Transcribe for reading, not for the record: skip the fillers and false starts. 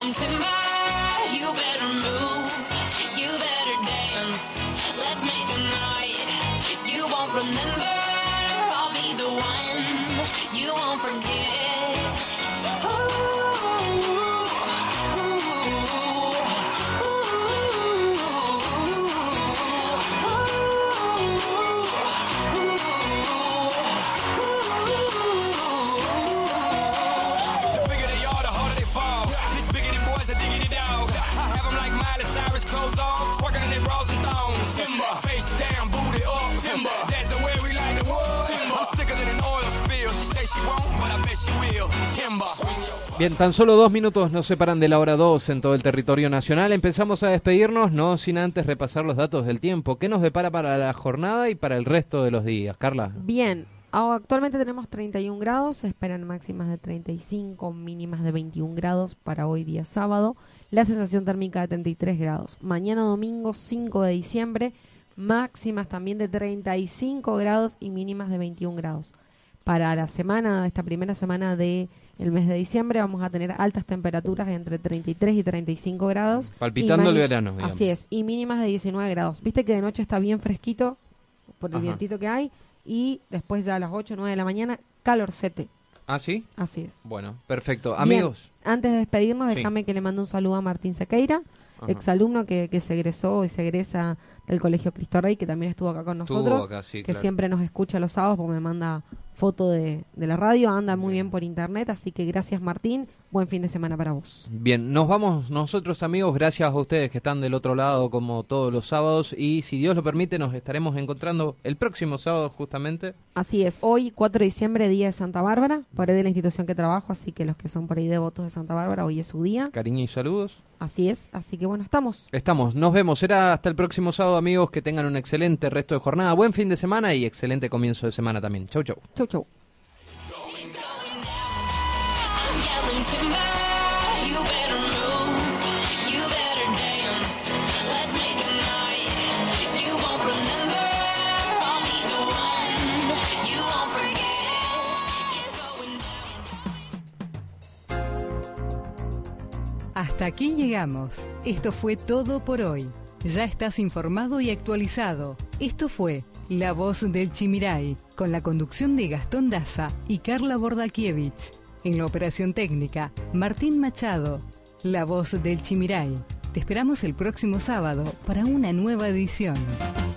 yelling timber, you better move, you better dance. Let's make a night you won't remember. I'll be the one you won't forget. Bien, tan solo 2 minutos nos separan de la hora 2 en todo el territorio nacional. Empezamos a despedirnos, no sin antes repasar los datos del tiempo. ¿Qué nos depara para la jornada y para el resto de los días, Carla? Bien, actualmente tenemos 31 grados, se esperan máximas de 35, mínimas de 21 grados para hoy día sábado. La sensación térmica de 33 grados. Mañana domingo 5 de diciembre, máximas también de 35 grados y mínimas de 21 grados. Para la semana, esta primera semana del mes de diciembre, vamos a tener altas temperaturas de entre 33 y 35 grados. Palpitando el verano, digamos. Así es, y mínimas de 19 grados. Viste que de noche está bien fresquito por el vientito que hay, y después ya a las 8 o 9 de la mañana, calorcete. ¿Ah, sí? Así es. Bueno, perfecto. Bien, amigos. antes de despedirnos, Sí. déjame que le mande un saludo a Martín Sequeira, exalumno que se egresó y se egresa del Colegio Cristo Rey, que también estuvo acá con nosotros, acá, sí, que claro. siempre nos escucha los sábados porque me manda foto de la radio, anda muy bien por internet, así que gracias Martín, buen fin de semana para vos. Bien, nos vamos nosotros amigos, gracias a ustedes que están del otro lado como todos los sábados, y si Dios lo permite nos estaremos encontrando el próximo sábado justamente. Así es, hoy 4 de diciembre, día de Santa Bárbara, por ahí de la institución que trabajo, así que los que son por ahí devotos de Santa Bárbara, hoy es su día. Cariño y saludos. Así es, así que bueno, estamos. Nos vemos, será hasta el próximo sábado amigos, que tengan un excelente resto de jornada, buen fin de semana y excelente comienzo de semana también. Chau, chau. Chau, chau. Hasta aquí llegamos. Esto fue todo por hoy. Ya estás informado y actualizado. Esto fue La Voz del Chimiray, con la conducción de Gastón Daza y Carla Bordakiewicz. En la operación técnica, Martín Machado. La Voz del Chimiray. Te esperamos el próximo sábado para una nueva edición.